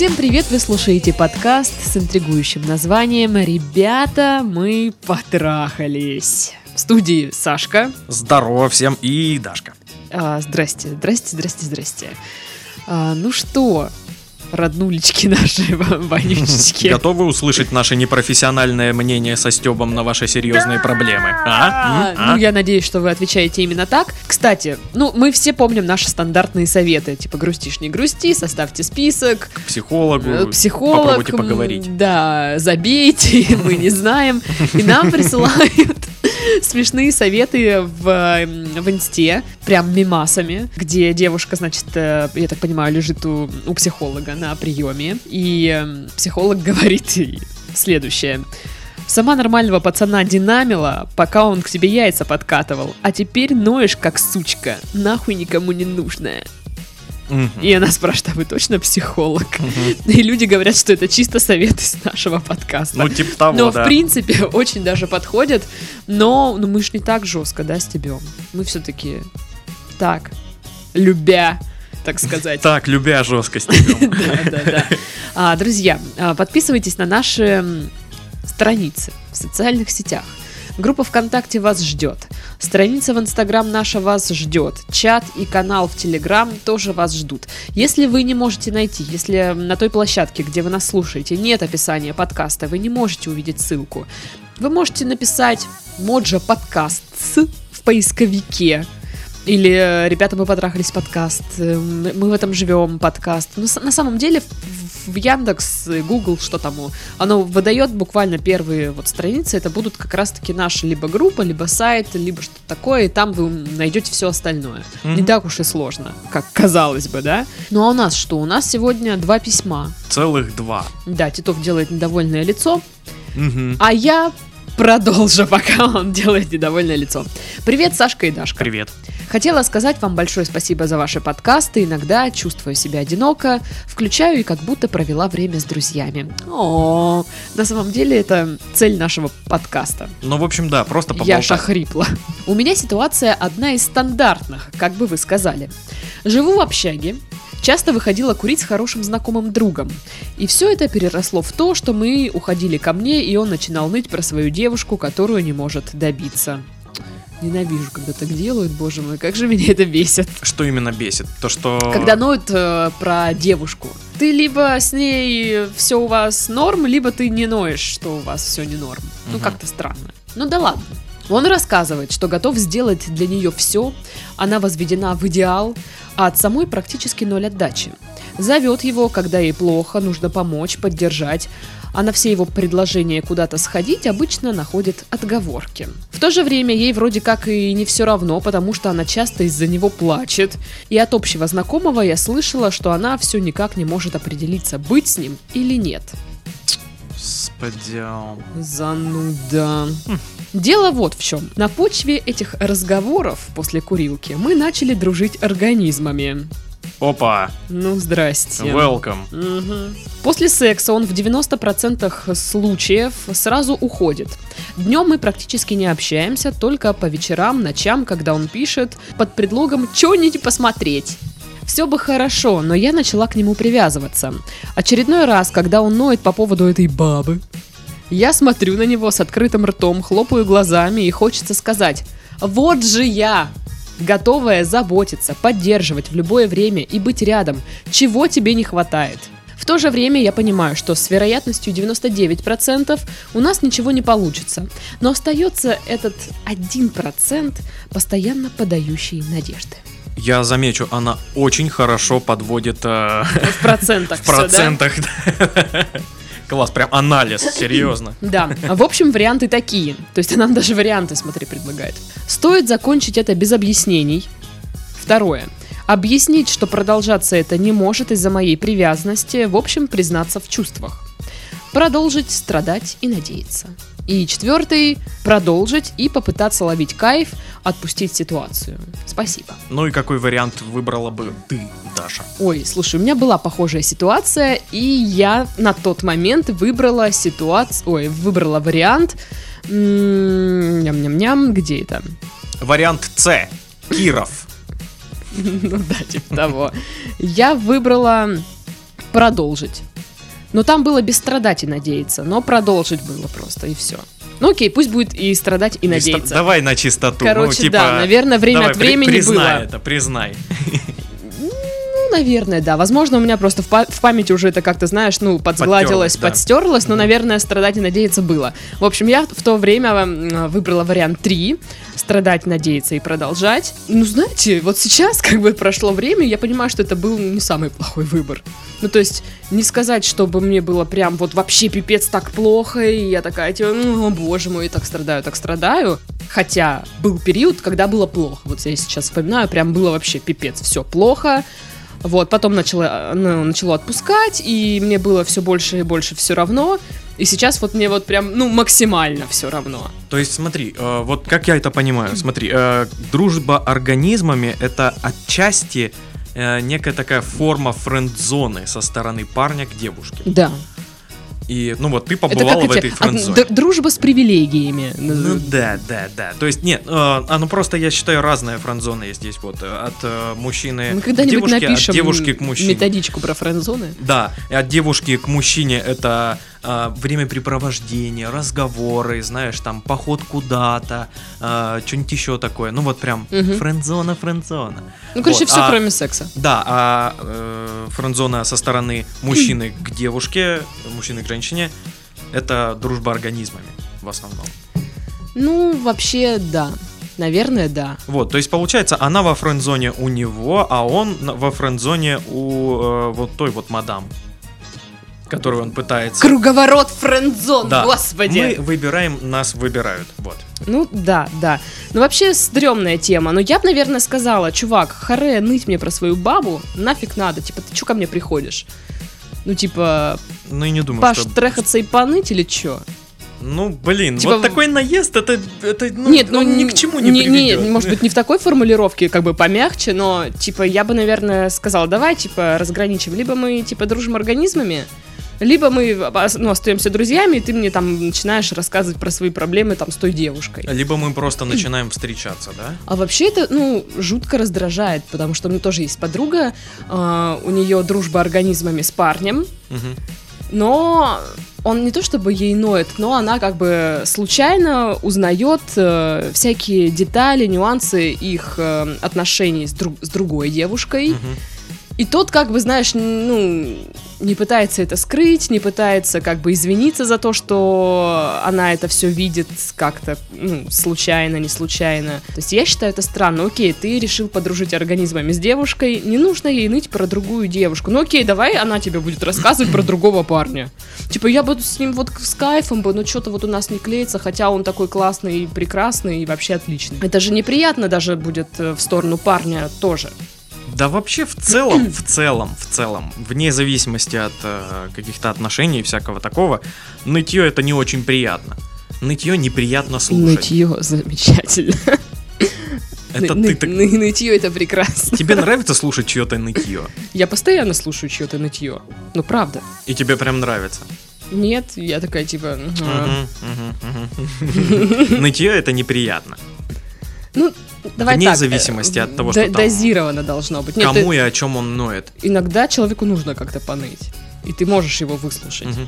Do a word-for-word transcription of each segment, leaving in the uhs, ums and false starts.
Всем привет! Вы слушаете подкаст с интригующим названием «Ребята, мы потрахались». В студии Сашка. Здорово всем, и Дашка. А, здрасте, здрасте, здрасте, здрасте. А, ну что, роднулечки наши, вонючечки. Готовы услышать наше непрофессиональное мнение со стёбом на ваши серьезные проблемы? А? Ну, я надеюсь, что вы отвечаете именно так. Кстати, ну, мы все помним наши стандартные советы. Типа, грустишь, не грусти, составьте список. К психологу, Психолог, попробуйте поговорить. Да, забейте, мы не знаем. И нам присылают смешные советы в, в инсте, прям мемасами, где девушка, значит, я так понимаю, лежит у, у психолога на приеме, и психолог говорит ей следующее. Сама нормального пацана динамила, пока он к тебе яйца подкатывал, а теперь ноешь как сучка, нахуй никому не нужная. Uh-huh. И она спрашивает, а вы точно психолог? Uh-huh. И люди говорят, что это чисто совет из нашего подкаста. Ну, типа того, но, да. в принципе, очень даже подходит. Но ну, мы ж не так жестко, да, стебем. Мы все-таки так, любя, так сказать. Так, любя жестко стебем. Да-да-да. Друзья, подписывайтесь на наши страницы в социальных сетях. Группа ВКонтакте вас ждет. Страница в Инстаграм наша вас ждет. Чат и канал в Телеграм тоже вас ждут. Если вы не можете найти, если на той площадке, где вы нас слушаете, нет описания подкаста, вы не можете увидеть ссылку, вы можете написать «Моджа подкаст» в поисковике. Или «Ребята, мы потрахались» подкаст, «Мы в этом живем» подкаст. Но на самом деле в Яндекс, Google, что там, оно выдает буквально первые вот страницы. Это будут как раз-таки наша либо группа, либо сайт, либо что-то такое. И там вы найдете все остальное. Mm-hmm. Не так уж и сложно, как казалось бы, да? Ну а у нас что? У нас сегодня два письма. Целых два. Да, Титов делает недовольное лицо. Mm-hmm. А я продолжу, пока он делает недовольное лицо. Привет, Сашка и Дашка. Привет. Хотела сказать вам большое спасибо за ваши подкасты. Иногда чувствую себя одиноко, включаю и как будто провела время с друзьями. О, на самом деле это цель нашего подкаста. Ну, в общем, да, просто поболтать. Я шахрипла. У меня ситуация одна из стандартных, как бы вы сказали. Живу в общаге. Часто выходила курить с хорошим знакомым другом. И все это переросло в то, что мы уходили ко мне, и он начинал ныть про свою девушку, которую не может добиться. Ненавижу, когда так делают, боже мой, как же меня это бесит. Что именно бесит? То, что... Когда ноют э, про девушку. Ты либо с ней все у вас норм, либо ты не ноешь, что у вас все не норм. Ну, угу. Как-то странно. Ну да ладно. Он рассказывает, что готов сделать для нее все, она возведена в идеал, а от самой практически ноль отдачи. Зовет его, когда ей плохо, нужно помочь, поддержать, а на все его предложения куда-то сходить обычно находит отговорки. В то же время ей вроде как и не все равно, потому что она часто из-за него плачет, и от общего знакомого я слышала, что она все никак не может определиться, быть с ним или нет. Господи. Зануда. Хм. Дело вот в чем. На почве этих разговоров после курилки мы начали дружить организмами. Опа. Ну, здрасте. Welcome. Угу. После секса он в девяносто процентов случаев сразу уходит. Днем мы практически не общаемся, только по вечерам, ночам, когда он пишет, под предлогом «чё-нибудь посмотреть». Все бы хорошо, но я начала к нему привязываться. Очередной раз, когда он ноет по поводу этой бабы, я смотрю на него с открытым ртом, хлопаю глазами и хочется сказать «вот же я!» готовая заботиться, поддерживать в любое время и быть рядом. Чего тебе не хватает? В то же время я понимаю, что с вероятностью девяносто девять процентов у нас ничего не получится. Но остается этот один процент, постоянно подающий надежды. Я замечу, она очень хорошо подводит... Э... В процентах. В процентах, да. Класс, прям анализ, серьезно. Да, в общем, варианты такие. То есть она нам даже варианты, смотри, предлагает. Стоит закончить это без объяснений. Второе. Объяснить, что продолжаться это не может из-за моей привязанности. В общем, признаться в чувствах. Продолжить страдать и надеяться. И четвертый. Продолжить и попытаться ловить кайф, отпустить ситуацию. Спасибо. Ну и какой вариант выбрала бы ты, Даша? Ой, слушай, у меня была похожая ситуация, и я на тот момент выбрала ситуацию... Ой, выбрала вариант... Ням-ням-ням, где это? Вариант С. Киров. Ну да, типа того. Я выбрала продолжить. Но там было без страдать и надеяться, но продолжить было просто, и все. Ну окей, пусть будет и страдать, и надеяться. Ста- давай на чистоту. Короче, ну, типа, да, наверное, время давай, от времени при- признай было. это, признай. Ну, наверное, да. Возможно, у меня просто в, па- в памяти уже это как-то, знаешь, ну, подсгладилось, Подтерлось, да. подстерлось, но, Мгм. наверное, страдать и надеяться было. В общем, я в то время м, выбрала вариант три. Страдать, надеяться и продолжать. Ну, знаете, вот сейчас, как бы прошло время, я понимаю, что это был не самый плохой выбор. Ну, то есть, не сказать, чтобы мне было прям вот вообще пипец так плохо, и я такая, типа, ну, о боже мой, так страдаю, так страдаю. Хотя был период, когда было плохо. Вот я сейчас вспоминаю, прям было вообще пипец, все плохо. Вот, потом начало, ну, начало отпускать, и мне было все больше и больше все равно. И сейчас вот мне вот прям, ну, максимально все равно. То есть смотри, э, вот как я это понимаю, смотри, э, дружба организмами это отчасти э, некая такая форма френд-зоны со стороны парня к девушке. Да. И, ну вот, ты Это побывала как в эти, этой а, френд-зоне. д- дружба с привилегиями. Ну да, да, да. То есть, нет, э, а, ну просто я считаю, разная френд-зона есть здесь вот. э, От э, мужчины Мы к когда-нибудь девушке, напишем от девушки к мужчине. методичку про френд-зоны. Да, и от девушки к мужчине это э, времяпрепровождение, разговоры, знаешь, там, поход куда-то, э, что-нибудь еще такое. Ну вот прям Мгм. френд-зона, френд-зона. Ну, короче, Вот, все а- кроме секса. Да, а э, френд-зона со стороны мужчины к девушке, мужчины к женщине, это дружба организмами в основном. Ну, вообще, да. Наверное, да. Вот, то есть получается, она во френд-зоне у него, а он на- во френд-зоне у э, вот той вот мадам, которую он пытается... Круговорот френд-зон, Да. господи. Мы выбираем, нас выбирают, вот. Ну, да, да. Ну, вообще, стрёмная тема. Но я бы, наверное, сказала, чувак, харе ныть мне про свою бабу, нафиг надо. Типа, ты чё ко мне приходишь? Ну, типа, Ну и не думаю, Паш, что... трахаться и поныть или чё? Ну, блин, Типа вот в- такой наезд, это, это ну, Нет, ну он ни к чему не, не, приведет. не, может быть, не в такой формулировке, как бы помягче, но, типа, я бы, наверное, сказала, давай, типа, разграничим. Либо мы, типа, дружим организмами, либо мы, ну, остаемся друзьями, и ты мне там начинаешь рассказывать про свои проблемы там с той девушкой. Либо мы просто начинаем встречаться, да? А вообще это, ну, жутко раздражает, потому что у меня тоже есть подруга, э, у нее дружба организмами с парнем, Мгм. но он не то чтобы ей ноет, но она как бы случайно узнает э, всякие детали, нюансы их э, отношений с, друг- с другой девушкой. Мгм. И тот, как бы, знаешь, ну, не пытается это скрыть, не пытается как бы извиниться за то, что она это все видит как-то, ну, случайно, не случайно. То есть я считаю это странно. Окей, ты решил подружить организмами с девушкой, не нужно ей ныть про другую девушку. Ну окей, давай она тебе будет рассказывать про другого парня. Типа, я буду с ним вот с кайфом бы, но что-то вот у нас не клеится, хотя он такой классный и прекрасный и вообще отличный. Это же неприятно даже будет э, в сторону парня тоже. Да вообще в целом, в целом, в целом, вне зависимости от э, каких-то отношений и всякого такого, нытье это не очень приятно. Нытье неприятно слушать. Нытье замечательно. Это Ны- ты ны- так... ны- Нытье это прекрасно. Тебе нравится слушать чье-то нытье? Я постоянно слушаю чье-то нытье. Ну, правда. И тебе прям нравится? Нет, я такая, типа... «Ага». Мгм, мгм, мгм. Нытье это неприятно. Ну, давай Вне так. зависимости э, от того, д- что там- Дозировано должно быть. Нет, Кому ты- и о чем он ноет. иногда человеку нужно как-то поныть. И ты можешь его выслушать. Мгм.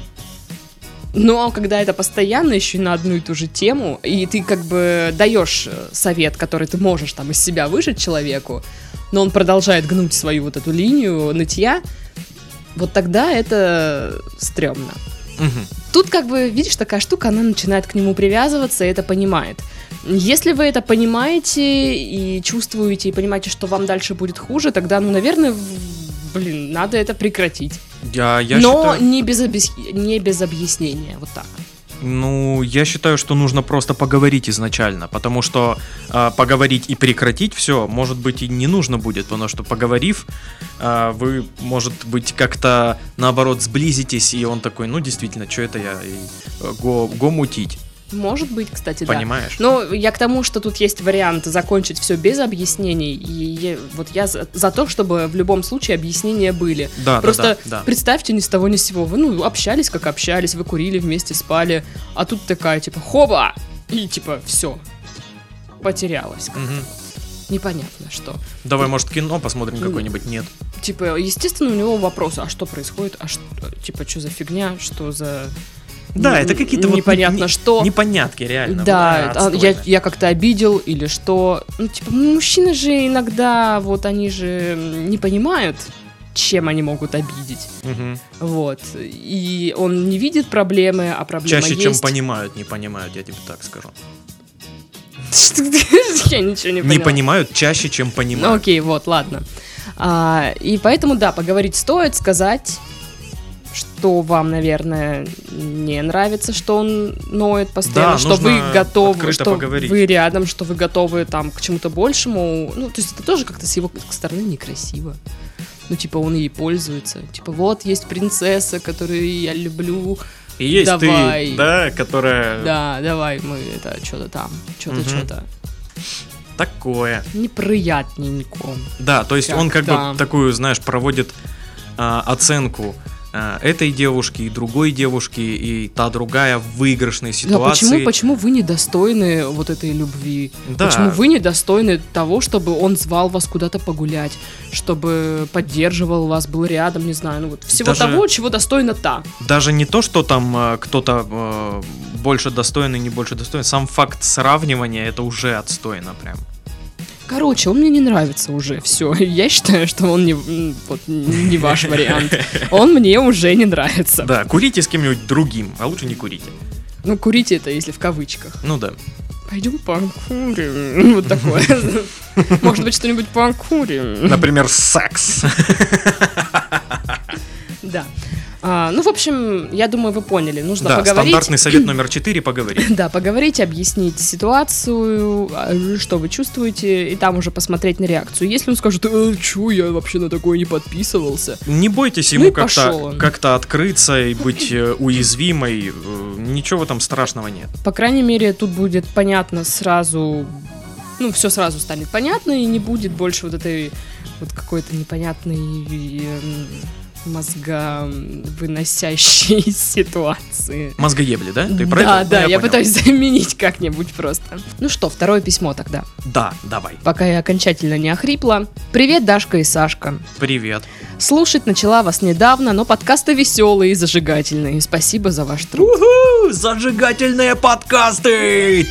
Но когда это постоянно еще и на одну и ту же тему, и ты как бы даешь э, совет, который ты можешь там из себя выжать человеку, но он продолжает гнуть свою вот эту линию нытья, вот тогда это стрёмно. Мгм. Тут как бы, видишь, такая штука, она начинает к нему привязываться и это понимает. Если вы это понимаете и чувствуете, и понимаете, что вам дальше будет хуже, тогда, ну, наверное, в- блин, надо это прекратить. Я, я Но считаю... не, без объяс- не без объяснения, вот так. Ну, я считаю, что нужно просто поговорить изначально, потому что э, поговорить и прекратить все, может быть, и не нужно будет, потому что поговорив, э, вы, может быть, как-то наоборот сблизитесь, и он такой, ну, действительно, что это я, и, э, го, го мутить, Может быть, кстати, да. понимаешь? Но я к тому, что тут есть вариант закончить все без объяснений, и я- вот я за, за то, чтобы в любом случае объяснения были. Да, Просто да, да, да. представьте ни с того ни с сего, вы, ну, общались, как общались, вы курили вместе, спали, а тут такая, типа, хоба! И, типа, все, потерялась. Мгм. Непонятно что. Давай, может, кино посмотрим какое-нибудь? Нет. типа, естественно, у него вопрос, а что происходит, а что, типа, что за фигня, что за... Да, это какие-то непонятно вот не, что. Непонятки, реально. Да, вот, я, я как-то обидел или что. Ну, типа, мужчины же иногда, вот они же не понимают, чем они могут обидеть. Угу. Вот. И он не видит проблемы, а проблема Чаще, есть. чем понимают, не понимают, я тебе так скажу. Я ничего не поняла. Не понимают чаще, чем понимают. Ну, окей, вот, ладно. А, и поэтому, да, поговорить стоит, сказать, что вам, наверное, не нравится, что он ноет постоянно, Да, что вы готовы, открыто что поговорить. вы рядом, что вы готовы там к чему-то большему. Ну, то есть это тоже как-то с его стороны некрасиво. Ну, типа, он ей пользуется. Типа, вот есть принцесса, которую я люблю. И есть давай. ты, да, которая... Да, давай, мы это что-то там, что-то, Угу. что-то. Такое. Неприятненько. Да, то есть Как он как да. бы такую, знаешь, проводит а, оценку а, этой девушки и другой девушки, и та другая в выигрышной Да, ситуации. почему, почему вы недостойны вот этой любви? Да. Почему вы недостойны того, чтобы он звал вас куда-то погулять, чтобы поддерживал вас, был рядом, не знаю, ну вот всего Даже- того, чего достойна та. Даже не то, что там а, кто-то а, больше достойный, не больше достойный, сам факт сравнивания это уже отстойно прям. Короче, он мне не нравится уже, все. Я считаю, что он не, м, вот, не ваш вариант. Он мне уже не нравится. Да, курите с кем-нибудь другим, а лучше не курите. Ну, курите это, если в кавычках. Ну да. Пойдем покурим. Вот такое. Может быть, что-нибудь покурим. Например, секс. Да. А, ну, в общем, я думаю, вы поняли. Нужно Да, поговорить. стандартный совет номер четыре — поговорить. Да, поговорить, объяснить ситуацию, а, что вы чувствуете, и там уже посмотреть на реакцию. Если он скажет, э, чё, я вообще на такое не подписывался. Не бойтесь Ну ему и пошел как-то, он. как-то открыться и быть э, уязвимой. Э, Ничего в этом страшного нет. По крайней мере, тут будет понятно сразу, ну, все сразу станет понятно, и не будет больше вот этой вот какой-то непонятной эм, мозга выносящей ситуации. Мозгоебли, да? Ты про Да, это? да, Ну, я понял. пытаюсь заменить как-нибудь просто. Ну что, второе письмо тогда. Да, давай. Пока я окончательно не охрипла. Привет, Дашка и Сашка. Привет. Слушать начала вас недавно, но подкасты веселые и зажигательные. Спасибо за ваш труд. Уху! Зажигательные подкасты!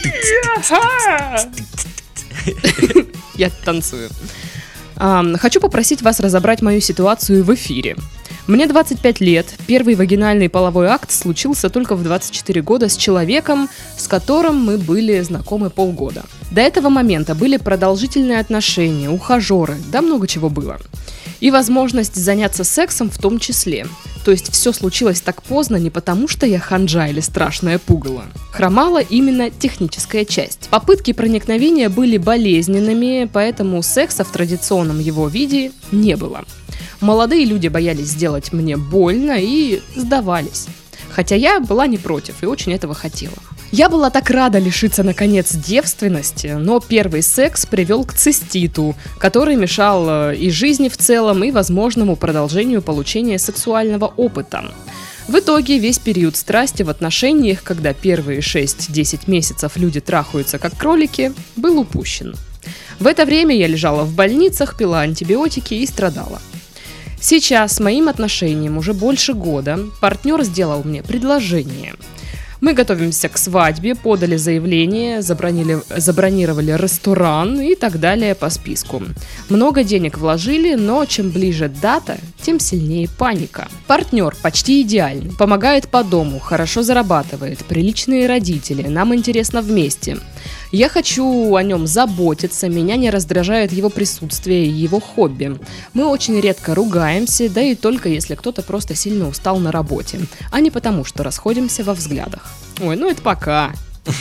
Я танцую. Ам, хочу попросить вас разобрать мою ситуацию в эфире. Мне двадцать пять лет. Первый вагинальный половой акт случился только в двадцать четыре года с человеком, с которым мы были знакомы полгода. До этого момента были продолжительные отношения, ухажеры, да много чего было. И возможность заняться сексом в том числе. То есть все случилось так поздно не потому, что я ханжа или страшное пугало. Хромала именно техническая часть. Попытки проникновения были болезненными, поэтому секса в традиционном его виде не было. Молодые люди боялись сделать мне больно и сдавались. Хотя я была не против и очень этого хотела. Я была так рада лишиться, наконец, девственности, но первый секс привел к циститу, который мешал э, и жизни в целом, и возможному продолжению получения сексуального опыта. В итоге весь период страсти в отношениях, когда первые шесть-десять месяцев люди трахаются как кролики, был упущен. В это время я лежала в больницах, пила антибиотики и страдала. Сейчас с моим отношением уже больше года партнер сделал мне предложение. Мы готовимся к свадьбе, подали заявление, забронили, забронировали ресторан и так далее по списку. Много денег вложили, но чем ближе дата, тем сильнее паника. Партнер почти идеальный, помогает по дому, хорошо зарабатывает, приличные родители, нам интересно вместе. Я хочу о нем заботиться, меня не раздражает его присутствие и его хобби. Мы очень редко ругаемся, да и только если кто-то просто сильно устал на работе, а не потому, что расходимся во взглядах. Ой, ну это пока.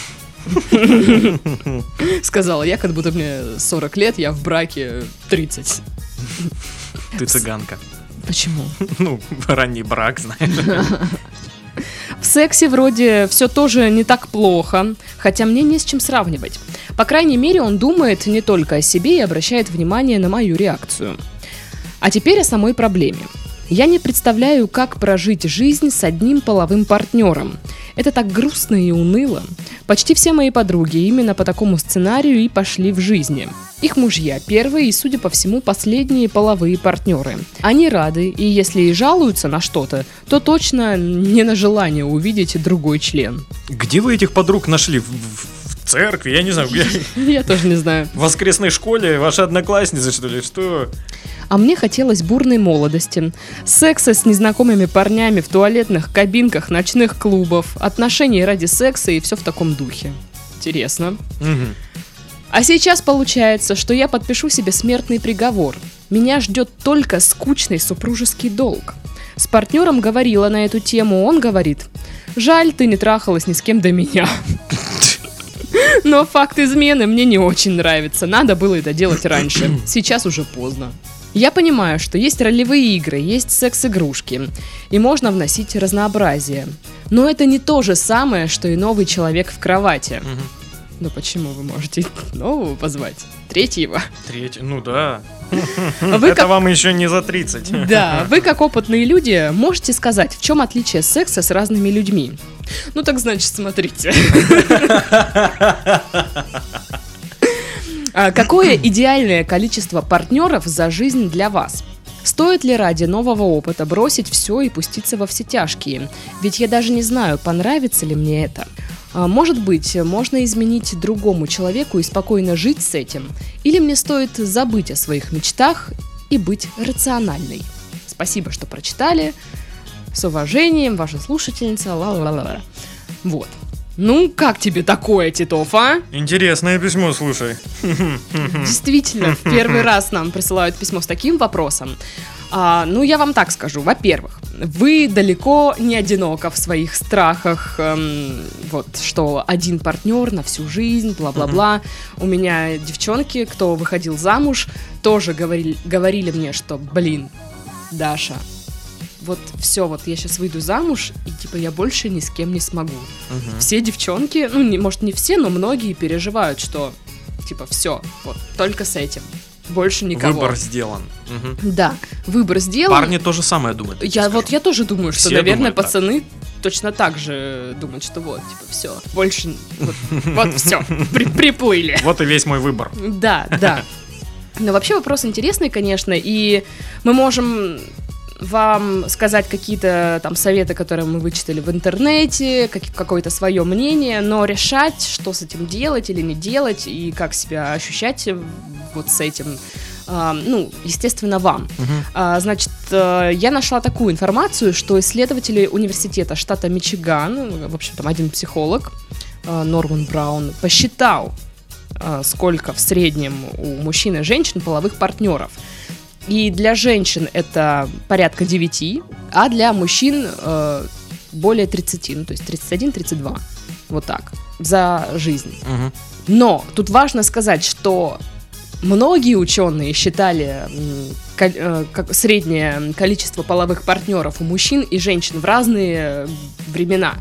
Сказала я, как будто мне сорок лет, я в браке тридцать. Ты цыганка. Почему? Ну, ранний брак, знаешь. В сексе вроде все тоже не так плохо, хотя мне не с чем сравнивать. По крайней мере, он думает не только о себе и обращает внимание на мою реакцию. А теперь о самой проблеме. Я не представляю, как прожить жизнь с одним половым партнером. Это так грустно и уныло. Почти все мои подруги именно по такому сценарию и пошли в жизни. Их мужья первые и, судя по всему, последние половые партнеры. Они рады, и если и жалуются на что-то, то точно не на желание увидеть другой член. Где вы этих подруг нашли? В, в- в церкви? Я не знаю, где? Я тоже не знаю. В воскресной школе? Ваши одноклассницы, что ли? Что? А мне хотелось бурной молодости, секса с незнакомыми парнями в туалетных кабинках ночных клубов, отношений ради секса и все в таком духе. Интересно. Мгм. А сейчас получается, что я подпишу себе смертный приговор. Меня ждет только скучный супружеский долг. С партнером говорила на эту тему, он говорит: жаль, ты не трахалась ни с кем до меня. Но факт измены мне не очень нравится, надо было это делать раньше, сейчас уже поздно. Я понимаю, что есть ролевые игры, есть секс-игрушки, и можно вносить разнообразие. Но это не то же самое, что и новый человек в кровати. Мгм. Ну почему вы можете нового позвать? Третьего? Третий, ну да. Вы Это как... вам еще не за тридцать. Да, вы как опытные люди можете сказать, в чем отличие секса с разными людьми? Ну так значит, смотрите. А какое идеальное количество партнеров за жизнь для вас? Стоит ли ради нового опыта бросить все и пуститься во все тяжкие? Ведь я даже не знаю, понравится ли мне это. А, может быть, можно изменить другому человеку и спокойно жить с этим? Или мне стоит забыть о своих мечтах и быть рациональной? Спасибо, что прочитали. С уважением, ваша слушательница. Ла-ла-ла-ла. Вот. Ну, как тебе такое, Титов, а? Интересное письмо, слушай. Действительно, в первый раз нам присылают письмо с таким вопросом. А, ну, я вам так скажу. Во-первых, вы далеко не одиноко в своих страхах, эм, вот, что один партнер на всю жизнь, бла-бла-бла. У меня девчонки, кто выходил замуж, тоже говорили, говорили мне, что, блин, Даша, вот все, вот я сейчас выйду замуж, и типа я больше ни с кем не смогу. Мгм. Все девчонки, ну, не, может, не все, но многие переживают, что типа все, вот, только с этим. Больше никого. Выбор сделан. Мгм. Да, выбор сделан. Парни то же самое думают. Я вот я тоже думаю, что, Все наверное, думают так. пацаны точно так же думают, что вот, типа, все, больше, вот, вот все, приплыли. Вот и весь мой выбор. Да, да. Но вообще вопрос интересный, конечно, и мы можем вам сказать какие-то там советы, которые мы вычитали в интернете, как, какое-то свое мнение, но решать, что с этим делать или не делать, и как себя ощущать вот с этим, а, ну, естественно, вам. Мгм. А, значит, э, я нашла такую информацию, что исследователи университета штата Мичиган, в общем, там один психолог, э, Норман Браун, посчитал, э, сколько в среднем у мужчин и женщин половых партнеров. И для женщин это порядка девяти, а для мужчин э, более тридцати, ну то есть тридцать один - тридцать два, вот так, за жизнь. Мгм. Но тут важно сказать, что многие ученые считали м, ко- э, как среднее количество половых партнеров у мужчин и женщин в разные времена.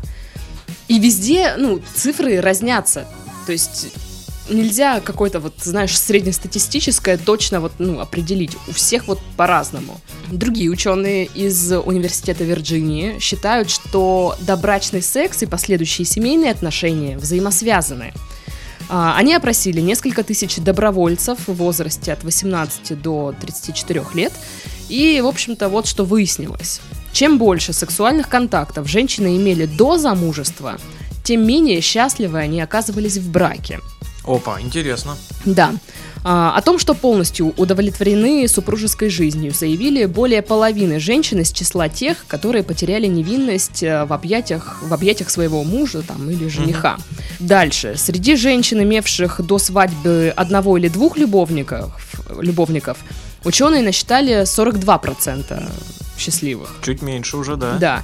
И везде, ну, цифры разнятся. То есть нельзя какое-то, вот, знаешь, среднестатистическое точно вот, ну, определить. У всех вот по-разному. Другие ученые из университета Вирджинии считают, что добрачный секс и последующие семейные отношения взаимосвязаны. А, Они опросили несколько тысяч добровольцев в возрасте от восемнадцати до тридцати четырёх лет. И, в общем-то, вот что выяснилось. Чем больше сексуальных контактов женщины имели до замужества, тем менее счастливы они оказывались в браке. Опа, интересно. Да. А, О том, что полностью удовлетворены супружеской жизнью, заявили более половины женщин из числа тех, которые потеряли невинность э, в объятиях, в объятиях своего мужа там, или жениха. Дальше. Среди женщин, имевших до свадьбы одного или двух любовников, любовников ученые насчитали сорок два процента счастливых. Чуть меньше уже, да? Да.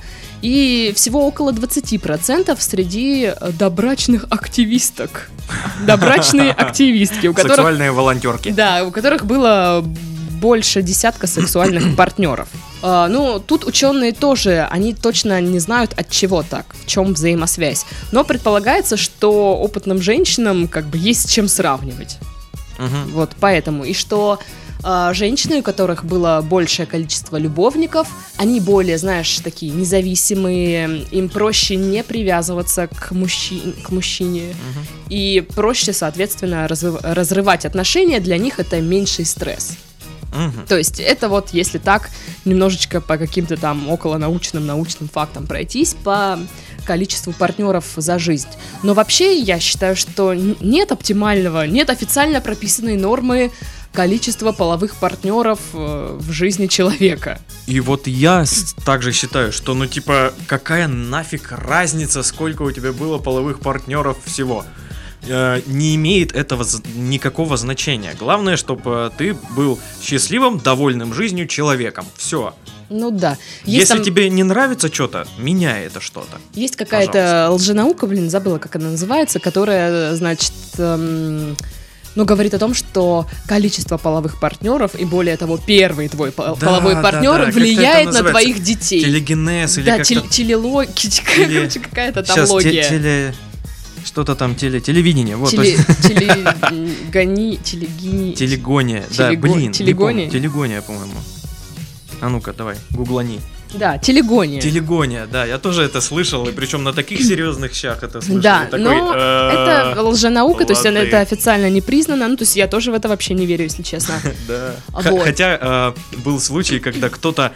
И всего около двадцать процентов среди э, добрачных активисток. Добрачные активистки, у которых, Сексуальные волонтерки. да, у которых было больше десятка сексуальных партнеров. А, ну, тут ученые тоже, они точно не знают, от чего так, в чем взаимосвязь. Но предполагается, что опытным женщинам как бы есть с чем сравнивать. Мгм. Вот поэтому. И что А, женщины, у которых было большее количество любовников, они более, знаешь, такие независимые, им проще не привязываться к, мужчи... к мужчине, угу. и проще, соответственно, разрыв... разрывать отношения, для них это меньший стресс. Угу. То есть это вот, если так, немножечко по каким-то там околонаучным, научным фактам пройтись, по количеству партнеров за жизнь. Но вообще я считаю, что нет оптимального, нет официально прописанной нормы количества половых партнеров в жизни человека. И вот я также считаю, что, ну, типа, какая нафиг разница, сколько у тебя было половых партнеров всего. Э, не имеет этого никакого значения. Главное, чтобы ты был счастливым, довольным жизнью человеком. Все. Ну да. Есть Если там... тебе не нравится что-то, меняй это что-то. Есть какая-то Пожалуйста. лженаука, блин, забыла, как она называется, которая, значит... Эм... Ну, говорит о том, что количество половых партнеров и, более того, первый твой да, половой партнер да, да. влияет на твоих детей. Телегенез или да, как-то... Да, телелогия, короче, какая-то там Сейчас, логия. Те- теле... Что-то там, теле... телевидение. Вот, теле... Телегони... Телегини... Телегония, да, блин. Телегония? Телегония, по-моему. А ну-ка, давай, гуглани. Да, телегония. Телегония, да, я тоже это слышал, и причем на таких серьезных щах это слышал. Да, такой, но э-э- это лженаука, то есть она это официально не признана, ну то есть я тоже в это вообще не верю, если честно. Да. Хотя был случай, когда кто-то,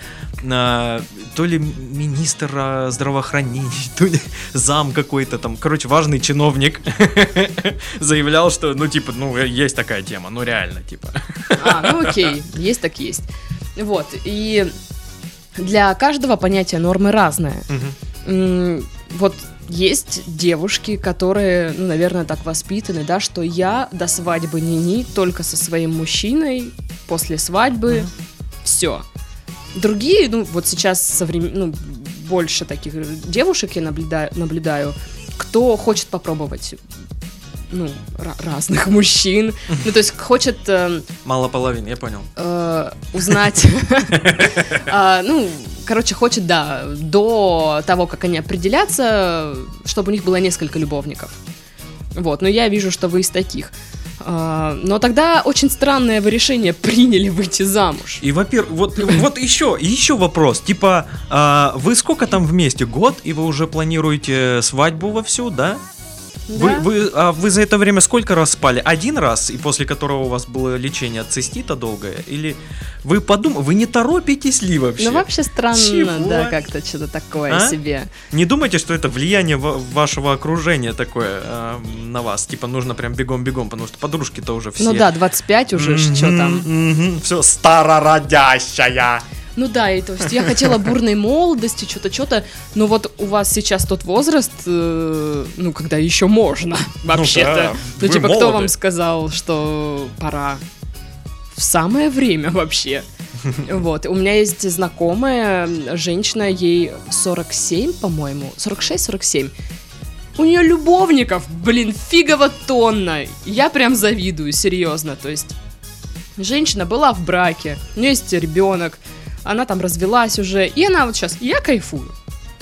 то ли министр здравоохранения, то ли зам какой-то там, короче, важный чиновник заявлял, что, ну типа, ну есть такая тема, ну реально, типа. А, ну окей, есть так есть. Вот, и... Для каждого понятие нормы разное. Угу. Вот есть девушки, которые, ну, наверное, так воспитаны, да, что я до свадьбы ни-ни, только со своим мужчиной, после свадьбы, угу. все. Другие, ну, вот сейчас соврем... ну, больше таких девушек я наблюдаю, наблюдаю, кто хочет попробовать, ну, р- разных мужчин, ну, то есть хочет... Э, Мало половин, я понял. Э, узнать, ну, короче, хочет, да, до того, как они определятся, чтобы у них было несколько любовников. Вот, но я вижу, что вы из таких. Но тогда очень странное вы решение приняли выйти замуж. И, во-первых, вот, вот еще, еще вопрос. Типа, вы сколько там вместе? Год? И вы уже планируете свадьбу вовсю, да? Да? Вы, вы, а вы за это время сколько раз спали? Один раз, и после которого у вас было лечение от цистита долгое? Или вы подумали, вы не торопитесь ли вообще? Ну вообще странно, Чего? да, как-то что-то такое а? себе. Не думайте, что это влияние вашего окружения такое э, на вас. Типа нужно прям бегом-бегом, потому что подружки-то уже все... Ну да, двадцать пять уже, mm-hmm, что там. Mm-hmm, все, старородящая. Ну да, и то есть я хотела бурной молодости, что-то, что-то, но вот у вас сейчас тот возраст, э, ну, когда еще можно, вообще-то. Ну, да, ну типа, молоды. Кто вам сказал, что пора? В самое время вообще. Вот, у меня есть знакомая женщина, ей сорок семь, по-моему, сорок шесть сорок семь. У нее любовников, блин, фигово тонна. Я прям завидую, серьезно. То есть женщина была в браке, у нее есть ребенок, она там развелась уже, и она вот сейчас, я кайфую.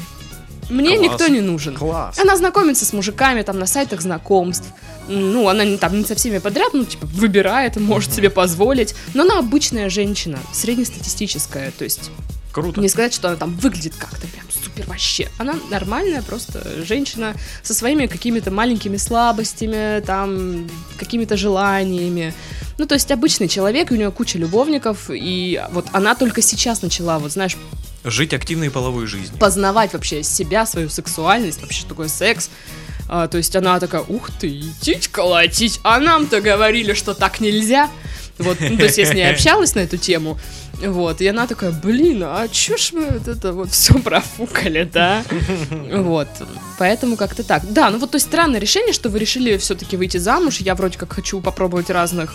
Мне Класс. Никто не нужен. Класс. Она знакомится с мужиками там на сайтах знакомств. Ну, она не, там не со всеми подряд, ну, типа, выбирает, может mm-hmm. себе позволить. Но она обычная женщина, среднестатистическая, то есть... Круто. Не сказать, что она там выглядит как-то прям супер вообще. Она нормальная просто женщина со своими какими-то маленькими слабостями, там, какими-то желаниями. Ну, то есть обычный человек, у нее куча любовников, и вот она только сейчас начала, вот знаешь... Жить активной половой жизнью. Познавать вообще себя, свою сексуальность, вообще, что такое секс. А, то есть она такая, ух ты, идите колотить, а нам-то говорили, что так нельзя. Вот, ну, то есть я с ней общалась на эту тему, вот, и она такая, блин, а чё ж мы вот это вот все профукали, да? Вот, поэтому как-то так. Да, ну вот, то есть странное решение, что вы решили все-таки выйти замуж. Я вроде как хочу попробовать разных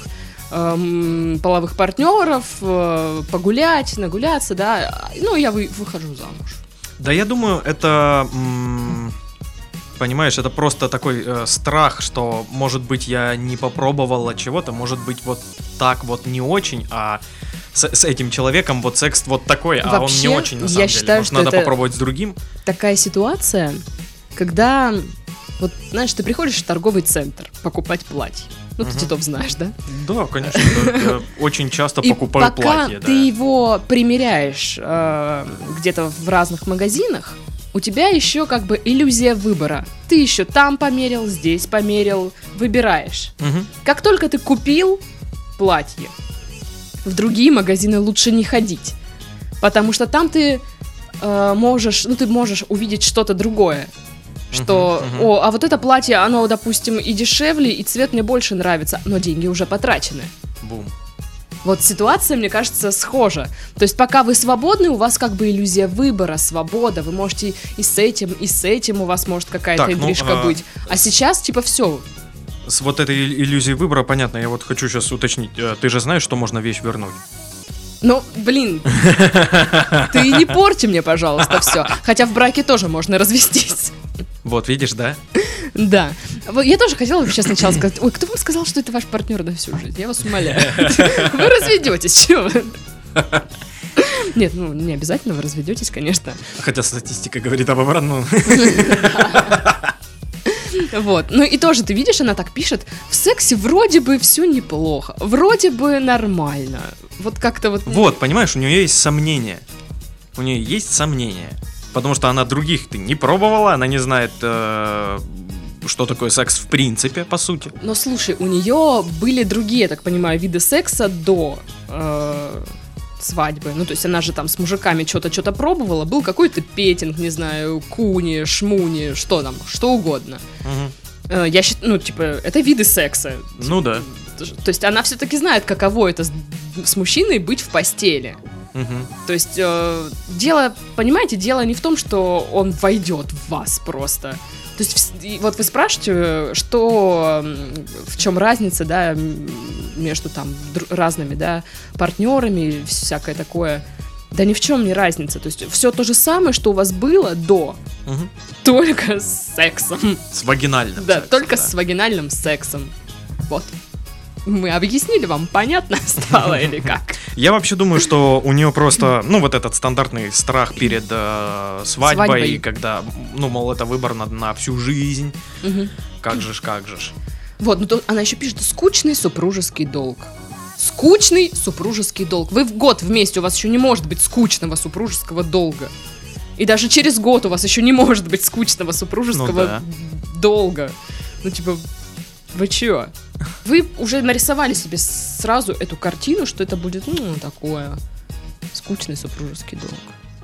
эм, половых партнеров, э, погулять, нагуляться, да, ну я вы, выхожу замуж. Да, я думаю, это... М- Понимаешь, это просто такой э, страх, что, может быть, я не попробовала чего-то, может быть, вот так вот не очень, а с, с этим человеком вот секс вот такой, Вообще, а он не очень, на самом я деле. Считаю, Может, что надо это попробовать с другим. Такая ситуация, когда, вот, знаешь, ты приходишь в торговый центр покупать платье. Ну, ты Титов знаешь, да? Да, конечно. Я очень часто И покупаю пока платье. ты Да. его примеряешь э, где-то в разных магазинах, у тебя еще как бы иллюзия выбора. Ты еще там померил, здесь померил, выбираешь. Мгм. Как только ты купил платье, в другие магазины лучше не ходить, потому что там ты э, можешь, ну ты можешь увидеть что-то другое. Что, Мгм, мгм. о, а вот это платье, оно, допустим, и дешевле, и цвет мне больше нравится, но деньги уже потрачены. Бум. Вот ситуация, мне кажется, схожа. То есть пока вы свободны, у вас как бы иллюзия выбора, свобода. Вы можете и с этим, и с этим у вас может какая-то Так, ну, интрижка а, быть. А сейчас, типа, все. С вот этой ил- иллюзией выбора, понятно, я вот хочу сейчас уточнить. э, Ты же знаешь, что можно вещь вернуть? Ну, блин, ты не порти мне, пожалуйста, все. Хотя в браке тоже можно развестись. Вот, видишь, да? Да. Вот я тоже хотела вообще сначала сказать, ой, кто вам сказал, что это ваш партнер на всю жизнь? Я вас умоляю. Вы разведетесь, чего вы? Нет, ну не обязательно вы разведетесь, конечно. Хотя статистика говорит об обратном. Вот. Ну и тоже, ты видишь, она так пишет, в сексе вроде бы все неплохо, вроде бы нормально. Вот как-то вот... Вот, понимаешь, у нее есть сомнения. У нее есть сомнения. Потому что она других-то не пробовала, она не знает, э, что такое секс в принципе, по сути. Но слушай, у нее были другие, я так понимаю, виды секса до э, свадьбы. Ну, то есть она же там с мужиками что-то что-то пробовала. Был какой-то петинг, не знаю, куни, шмуни, что там, что угодно. Мгм. Э, я считаю, ну, типа, это виды секса. Ну да. То есть она все-таки знает, каково это с, с мужчиной быть в постели. Мгм. То есть э, дело, понимаете, дело не в том, что он войдет в вас просто. То есть вс- и вот вы спрашиваете, что, м, в чем разница, да, м, между там др- разными, да, партнерами и всякое такое. Да ни в чем не разница. То есть все то же самое, что у вас было до, Мгм. только с сексом. С вагинальным Да, сексом, только да. с вагинальным сексом. Вот. Мы объяснили вам, понятно стало или как? Я вообще думаю, что у нее просто, ну, вот этот стандартный страх перед э, свадьбой, Свадьбой. когда, ну, мол, это выбор на, на всю жизнь. Мгм. Как же ж, как же ж. Вот, ну то она еще пишет, скучный супружеский долг. Скучный супружеский долг. Вы в год вместе, у вас еще не может быть скучного супружеского долга. И даже через год у вас еще не может быть скучного супружеского Ну да. долга. Ну, типа, вы чё? Вы уже нарисовали себе сразу эту картину, что это будет, ну, такое, скучный супружеский долг.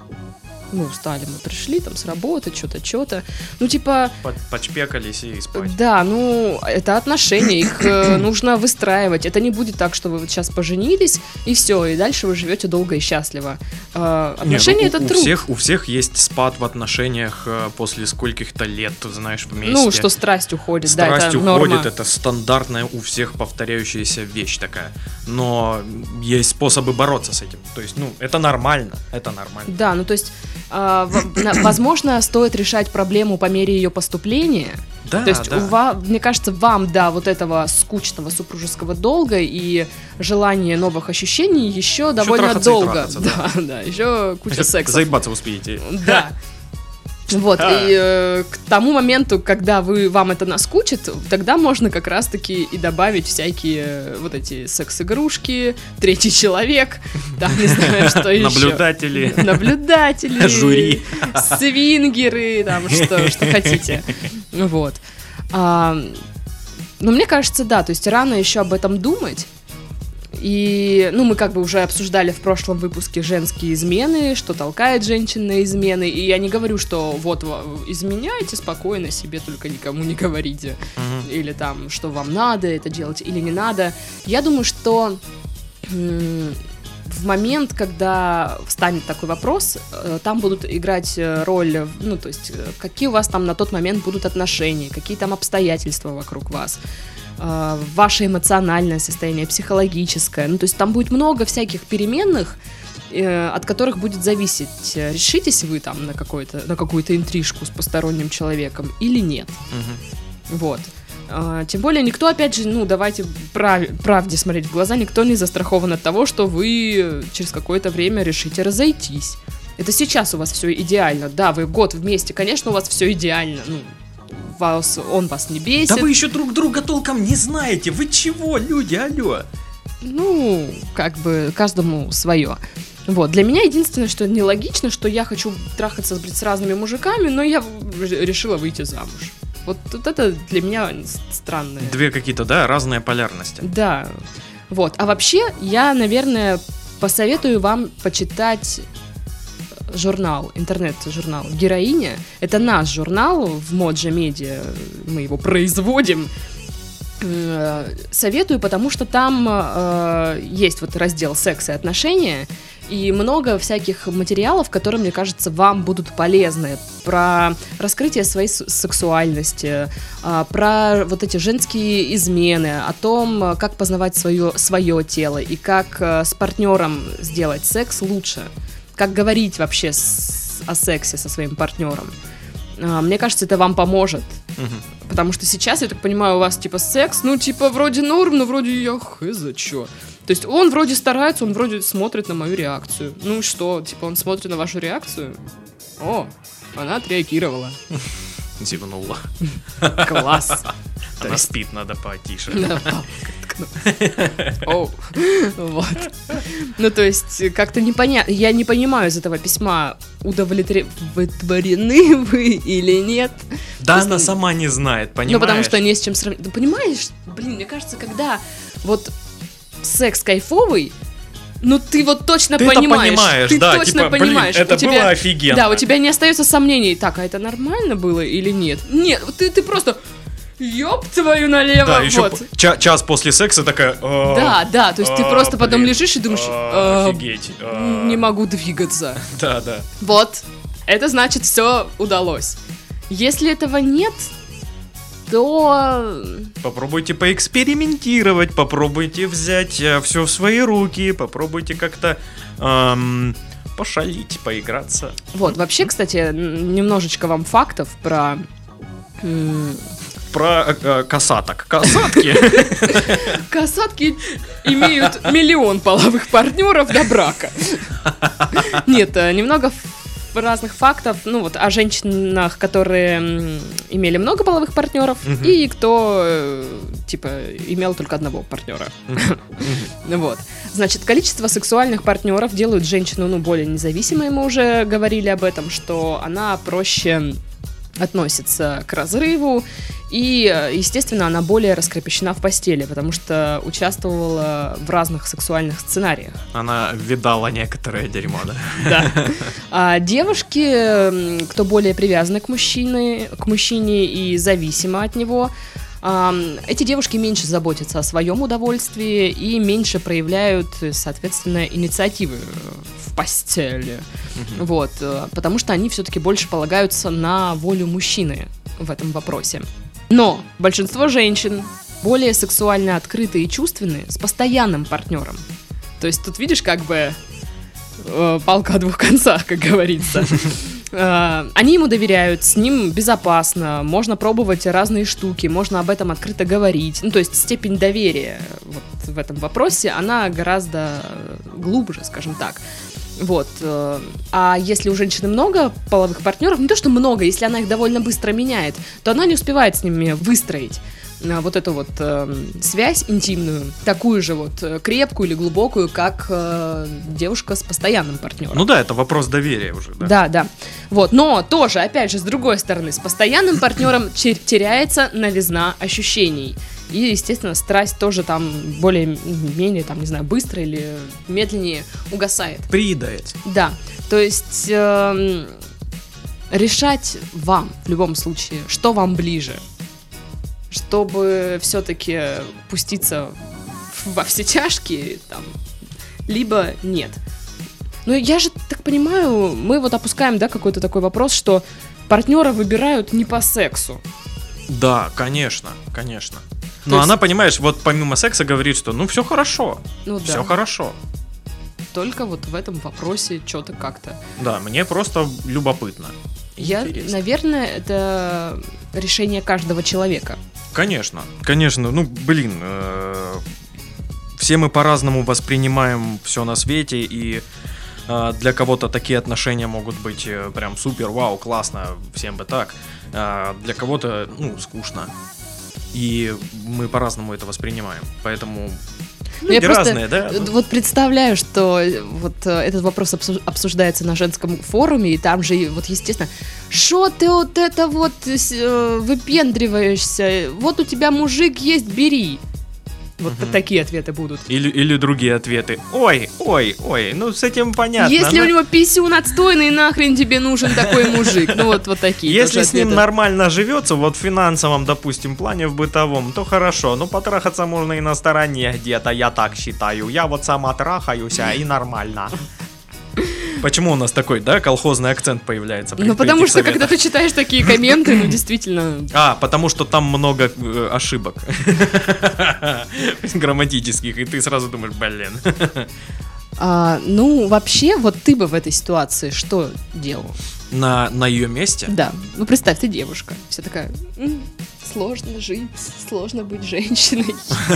Мы устали, мы пришли там с работы, что-то, что-то. Ну, типа, Под- Подшпекались и спать. да, ну, это отношения, их э, нужно выстраивать. Это не будет так, что вы вот сейчас поженились, и все, и дальше вы живете долго и счастливо. Э, Не, отношения ну, это у, у труд. всех, у всех есть спад в отношениях э, после скольких-то лет, ты знаешь, вместе. Ну, что страсть уходит, да, Страсть это уходит, норма. это стандартная у всех повторяющаяся вещь такая. Но есть способы бороться с этим. То есть, ну, это нормально, это нормально. Да, ну то есть, э, в- на- возможно, стоит решать проблему по мере ее поступления. Да, То есть, да. у ва- мне кажется, вам, да, вот этого скучного супружеского долга и желания новых ощущений еще довольно трахаться и долго. трахаться, да, да, еще куча секса. Заебаться успеете. Да. Вот, А. и э, к тому моменту, когда вы, вам это наскучит, тогда можно как раз-таки и добавить всякие э, вот эти секс-игрушки, третий человек, там, не знаю, что еще. Наблюдатели. Наблюдатели. Жюри. Свингеры, там, что, что хотите. Вот. А, ну, мне кажется, да, то есть рано еще об этом думать. И, ну, мы как бы уже обсуждали в прошлом выпуске женские измены, что толкает женщин на измены. И я не говорю, что вот ва- изменяйте спокойно себе, только никому не говорите. Мгм. Или там, что вам надо это делать или не надо. Я думаю, что м, в момент, когда встанет такой вопрос, э, там будут играть э, роль, ну, то есть, э, какие у вас там на тот момент будут отношения, какие там обстоятельства вокруг вас, э, ваше эмоциональное состояние, психологическое. Ну, то есть там будет много всяких переменных, э, от которых будет зависеть, э, решитесь вы там на, какой-то, на какую-то интрижку с посторонним человеком или нет. Мгм. Вот. А, тем более никто, опять же, ну, давайте прав- правде смотреть в глаза, никто не застрахован от того, что вы через какое-то время решите разойтись. Это сейчас у вас все идеально. Да, вы год вместе, конечно, у вас все идеально. Ну, вас, он вас не бесит. Да вы еще друг друга толком не знаете. Вы чего, люди, алло? Ну, как бы каждому свое. Вот, для меня единственное, что нелогично, что я хочу трахаться блядь, с разными мужиками, но я решила выйти замуж. Вот, вот это для меня странное. Две какие-то, да, разные полярности. Да, вот. А вообще, я, наверное, посоветую вам почитать журнал, интернет-журнал «Героиня». Это наш журнал в Моджо Медиа, мы его производим. Советую, потому что там э, есть вот раздел «Секс и отношения», и много всяких материалов, которые, мне кажется, вам будут полезны. Про раскрытие своей сексуальности, э, про вот эти женские измены, о том, как познавать свое, свое тело и как э, с партнером сделать секс лучше, как говорить вообще с, о сексе со своим партнером. Э, мне кажется, это вам поможет. Угу. Потому что сейчас, я так понимаю, у вас типа секс, ну типа вроде норм, но вроде я хз за чё. То есть он вроде старается, он вроде смотрит на мою реакцию. Ну что, типа он смотрит на вашу реакцию? О, она отреагировала. Зевнула. Класс. Она спит, надо потише. Оу. Вот. Ну, то есть, как-то непонятно. Я не понимаю из этого письма, удовлетворены вы или нет. Да, она сама не знает, понимаешь? Ну, потому что не с чем сравнить. Ты понимаешь? Блин, мне кажется, когда вот секс кайфовый, ну ты вот точно ты понимаешь, понимаешь, ты да, точно типа, понимаешь, блин, это у тебя, было офигенно. Да, у тебя не остается сомнений, так, а это нормально было или нет? Нет, ты, ты просто, ёб твою налево, да, еще вот. Ча- час после секса такая. Да, да, то есть ты просто потом лежишь и думаешь, офигеть, не могу двигаться. Да, да. Вот, это значит, все удалось. Если этого нет, то... Попробуйте поэкспериментировать, попробуйте взять э, все в свои руки, попробуйте как-то эм, пошалить, поиграться. Вот, вообще, кстати, немножечко вам фактов про... М- про э, касаток. Касатки. Касатки имеют миллион половых партнеров до брака. Нет, немного разных фактов, ну вот, о женщинах, которые имели много половых партнеров, uh-huh. и кто, типа, имел только одного партнера. Uh-huh. Вот. Значит, количество сексуальных партнеров делают женщину, ну, более независимой, мы уже говорили об этом, что она проще относится к разрыву, и, естественно, она более раскрепощена в постели, потому что участвовала в разных сексуальных сценариях. Она видала некоторое дерьмо, да? Да. А девушки, кто более привязаны к мужчине, к мужчине и зависимы от него, эти девушки меньше заботятся о своем удовольствии и меньше проявляют, соответственно, инициативы в постели. Mm-hmm. Вот, потому что они все-таки больше полагаются на волю мужчины в этом вопросе. Но большинство женщин более сексуально открыты и чувственны с постоянным партнером. То есть тут видишь, как бы э, палка о двух концах, как говорится. Они ему доверяют, с ним безопасно, можно пробовать разные штуки, можно об этом открыто говорить. Ну, то есть степень доверия вот в этом вопросе, она гораздо глубже, скажем так. Вот. А если у женщины много половых партнеров, не то что много, если она их довольно быстро меняет, то она не успевает с ними выстроить вот эту вот э, связь интимную, такую же вот крепкую или глубокую, как э, девушка с постоянным партнером. Ну да, это вопрос доверия уже, да? Да, да. Вот, но тоже, опять же, с другой стороны, с постоянным партнером теряется новизна ощущений. И, естественно, страсть тоже там более-менее, там, не знаю, быстро или медленнее угасает. Приедает. Да, то есть э, решать вам в любом случае, что вам ближе, чтобы все-таки пуститься во все тяжкие, там, либо нет. Ну, я же так понимаю, мы вот опускаем, да, какой-то такой вопрос, что партнера выбирают не по сексу. Да, конечно, конечно. Но есть... она, понимаешь, вот помимо секса говорит, что ну все хорошо, ну, все да. хорошо. Только вот в этом вопросе что-то как-то. Да, мне просто любопытно. Я, интересно. Наверное, это решение каждого человека. Конечно, конечно, ну, блин, э, все мы по-разному воспринимаем все на свете, и э, для кого-то такие отношения могут быть э, прям супер, вау, классно, всем бы так. а для кого-то, ну, скучно. И мы по-разному это воспринимаем. Поэтому люди Я просто разные, да? вот представляю, что вот э, этот вопрос обсу- обсуждается на женском форуме, и там же, вот естественно, что ты вот это вот э, выпендриваешься, вот у тебя мужик есть, бери. Вот Мгм. такие ответы будут. Или, или другие ответы. Ой, ой, ой, ну с этим понятно. Если но у него писюн отстойный, нахрен тебе нужен такой мужик? Ну вот, вот такие Если тоже с ним ответы. нормально живется, вот в финансовом, допустим, плане, в бытовом, то хорошо. Ну, потрахаться можно и на стороне где-то, я так считаю. Я вот сама трахаюсь, а и нормально. Почему у нас такой, да, колхозный акцент появляется? при- Ну при потому этих что, когда советах? ты читаешь такие комменты, ну действительно... А, потому что там много э, ошибок грамматических, и ты сразу думаешь, блин. А, ну, вообще, вот ты бы в этой ситуации что делал? На, на ее месте? Да, ну представь, ты девушка, вся такая, «М, сложно жить, сложно быть женщиной,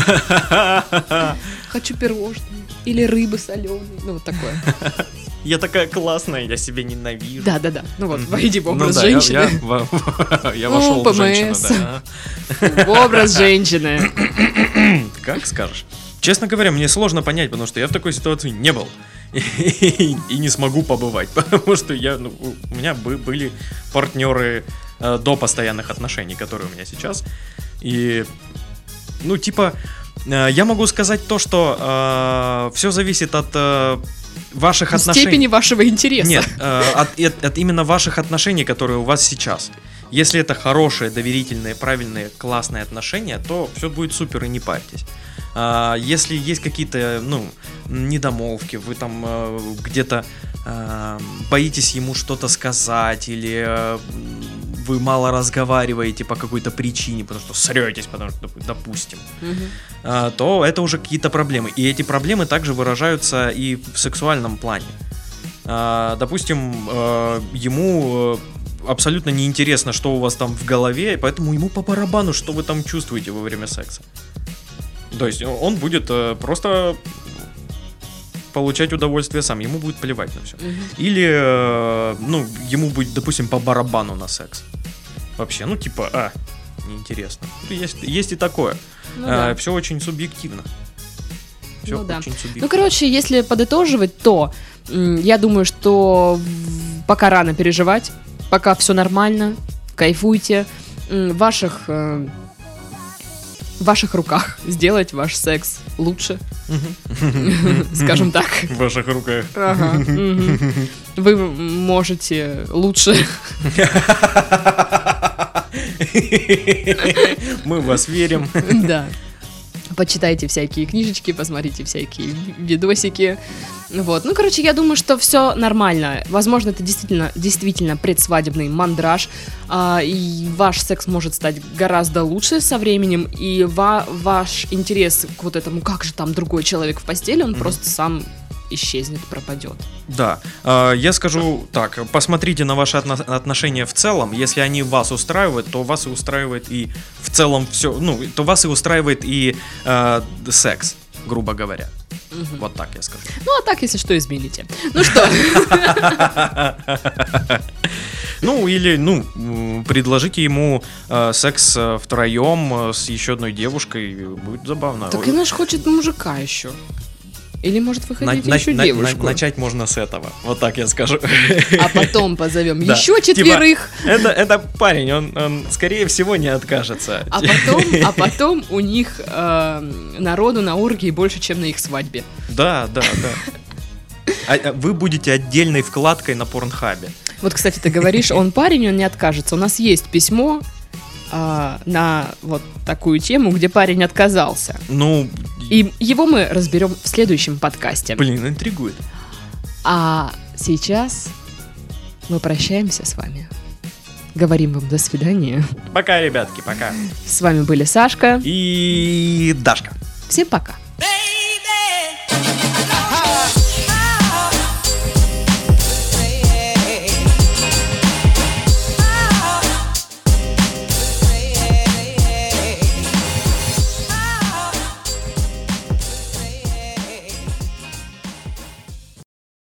хочу пирожные или рыбы соленые, ну вот такое. Я такая классная, я себя ненавижу. Да-да-да, ну вот, Мгм. войди в Ну образ да, я- женщины, Я, во- я Ну, вошел в женщину, ПМС. да. в образ женщины. Как скажешь. Честно говоря, мне сложно понять, потому что я в такой ситуации не был. И, и не смогу побывать, потому что я, ну, у меня бы, были партнеры э, до постоянных отношений, которые у меня сейчас. И, ну, типа, э, я могу сказать то, что все зависит от э, ваших отношений. Степени вашего интереса. Нет, э, от, от- от именно ваших отношений, которые у вас сейчас. Если это хорошие, доверительные, правильные, классные отношения, то все будет супер и не парьтесь. А, если есть какие-то, ну, недомолвки, вы там э, где-то э, боитесь ему что-то сказать, или э, вы мало разговариваете по какой-то причине, потому что сретесь, потому что, допустим, Мгм. а, то это уже какие-то проблемы. И эти проблемы также выражаются и в сексуальном плане. А, допустим, э, ему э, абсолютно неинтересно, что у вас там в голове, и поэтому ему по барабану, что вы там чувствуете во время секса. То есть он будет э, просто получать удовольствие сам, ему будет плевать на все. Мгм. Или, э, ну, ему будет, допустим, по барабану на секс. Вообще, ну, типа, а, неинтересно. Есть, есть и такое. Ну да. Все очень субъективно. Все Ну да. очень субъективно. Ну, короче, если подытоживать, то м, я думаю, что в- пока рано переживать, пока все нормально, кайфуйте. М, В ваших, э, в ваших руках сделать ваш секс лучше, скажем так. В ваших руках. Ага, мгм. Вы можете лучше. Мы в вас верим. Да. Почитайте всякие книжечки, посмотрите всякие видосики. Вот. Ну, короче, я думаю, что все нормально. Возможно, это действительно, действительно предсвадебный мандраж. а, и ваш секс может стать гораздо лучше со временем. И ва- ваш интерес к вот этому, как же там другой человек в постели, он Мгм. просто сам исчезнет, пропадет. Да, э, я скажу так, посмотрите на ваши отно- отношения в целом, если они вас устраивают, то вас и устраивает и в целом все, ну, то вас и устраивает и э, секс, грубо говоря. Мгм. Вот так я скажу. Ну, а так, если что, измените. Ну что, Ну, или, ну, м, предложите ему э, секс э, втроем э, с еще одной девушкой, будет забавно. так она же хочет мужика еще. Или, может, вы На- хотите на- еще на- на- девушку? начать можно с этого, вот так я скажу. А потом позовем Да. еще Типа, четверых. Это, это парень, он, он, скорее всего, не откажется. А потом, а потом у них э, народу на оргии больше, чем на их свадьбе. Да, да, да. А- а вы будете отдельной вкладкой на Порнхабе. Вот, кстати, ты говоришь, он парень, он не откажется. У нас есть письмо э, на вот такую тему, где парень отказался. Ну, И его мы разберем в следующем подкасте. блин, интригует. А сейчас мы прощаемся с вами. Говорим вам до свидания. Пока, ребятки, пока. С вами были Сашка. И Дашка. Всем пока.